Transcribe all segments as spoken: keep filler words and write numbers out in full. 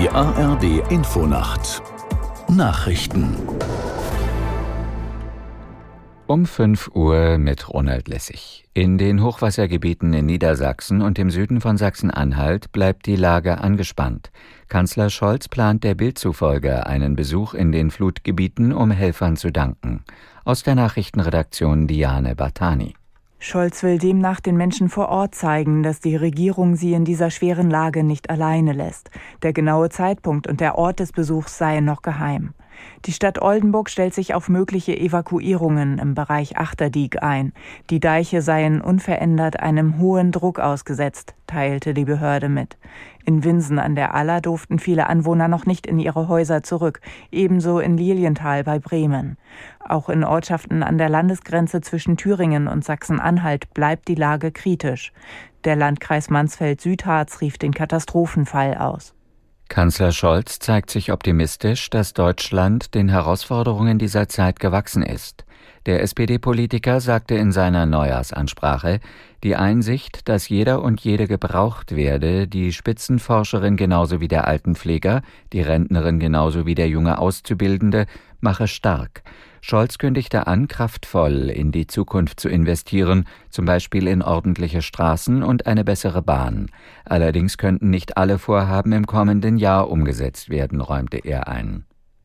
A R D Infonacht Nachrichten Um fünf Uhr mit Ronald Lessig. In den Hochwassergebieten in Niedersachsen und im Süden von Sachsen-Anhalt bleibt die Lage angespannt. Kanzler Scholz plant der Bild zufolge einen Besuch in den Flutgebieten, um Helfern zu danken. Aus der Nachrichtenredaktion Diane Bartani. Scholz will demnach den Menschen vor Ort zeigen, dass die Regierung sie in dieser schweren Lage nicht alleine lässt. Der genaue Zeitpunkt und der Ort des Besuchs seien noch geheim. Die Stadt Oldenburg stellt sich auf mögliche Evakuierungen im Bereich Achterdiek ein. Die Deiche seien unverändert einem hohen Druck ausgesetzt, teilte die Behörde mit. In Winsen an der Aller durften viele Anwohner noch nicht in ihre Häuser zurück, ebenso in Lilienthal bei Bremen. Auch in Ortschaften an der Landesgrenze zwischen Thüringen und Sachsen-Anhalt bleibt die Lage kritisch. Der Landkreis Mansfeld-Südharz rief den Katastrophenfall aus. Kanzler Scholz zeigt sich optimistisch, dass Deutschland den Herausforderungen dieser Zeit gewachsen ist. Der S P D-Politiker sagte in seiner Neujahrsansprache, die Einsicht, dass jeder und jede gebraucht werde, die Spitzenforscherin genauso wie der Altenpfleger, die Rentnerin genauso wie der junge Auszubildende, mache stark. Scholz kündigte an, kraftvoll in die Zukunft zu investieren, zum Beispiel in ordentliche Straßen und eine bessere Bahn. Allerdings könnten nicht alle Vorhaben im kommenden Jahr umgesetzt werden, räumte er ein.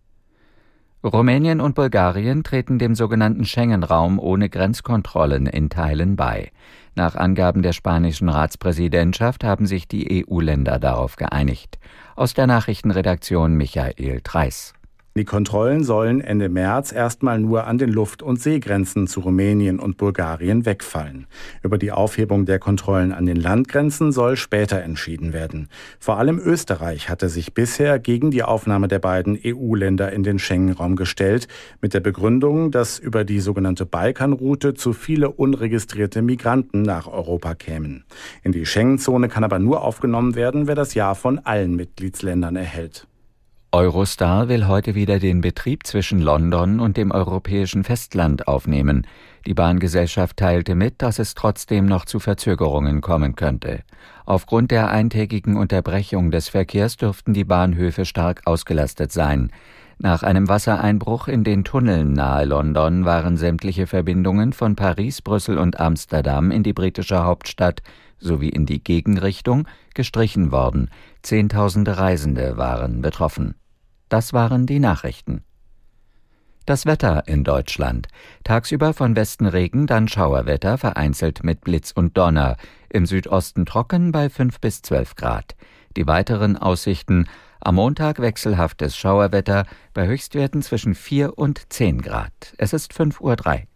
Rumänien und Bulgarien treten dem sogenannten Schengen-Raum ohne Grenzkontrollen in Teilen bei. Nach Angaben der spanischen Ratspräsidentschaft haben sich die E U-Länder darauf geeinigt. Aus der Nachrichtenredaktion Michael Treis. Die Kontrollen sollen Ende März erstmal nur an den Luft- und Seegrenzen zu Rumänien und Bulgarien wegfallen. Über die Aufhebung der Kontrollen an den Landgrenzen soll später entschieden werden. Vor allem Österreich hatte sich bisher gegen die Aufnahme der beiden E U-Länder in den Schengen-Raum gestellt, mit der Begründung, dass über die sogenannte Balkanroute zu viele unregistrierte Migranten nach Europa kämen. In die Schengen-Zone kann aber nur aufgenommen werden, wer das Ja von allen Mitgliedsländern erhält. Eurostar will heute wieder den Betrieb zwischen London und dem europäischen Festland aufnehmen. Die Bahngesellschaft teilte mit, dass es trotzdem noch zu Verzögerungen kommen könnte. Aufgrund der eintägigen Unterbrechung des Verkehrs dürften die Bahnhöfe stark ausgelastet sein. Nach einem Wassereinbruch in den Tunneln nahe London waren sämtliche Verbindungen von Paris, Brüssel und Amsterdam in die britische Hauptstadt sowie in die Gegenrichtung gestrichen worden. Zehntausende Reisende waren betroffen. Das waren die Nachrichten. Das Wetter in Deutschland. Tagsüber von Westen Regen, dann Schauerwetter, vereinzelt mit Blitz und Donner. Im Südosten trocken bei fünf bis zwölf Grad. Die weiteren Aussichten: am Montag wechselhaftes Schauerwetter bei Höchstwerten zwischen vier und zehn Grad. Es ist fünf Uhr drei.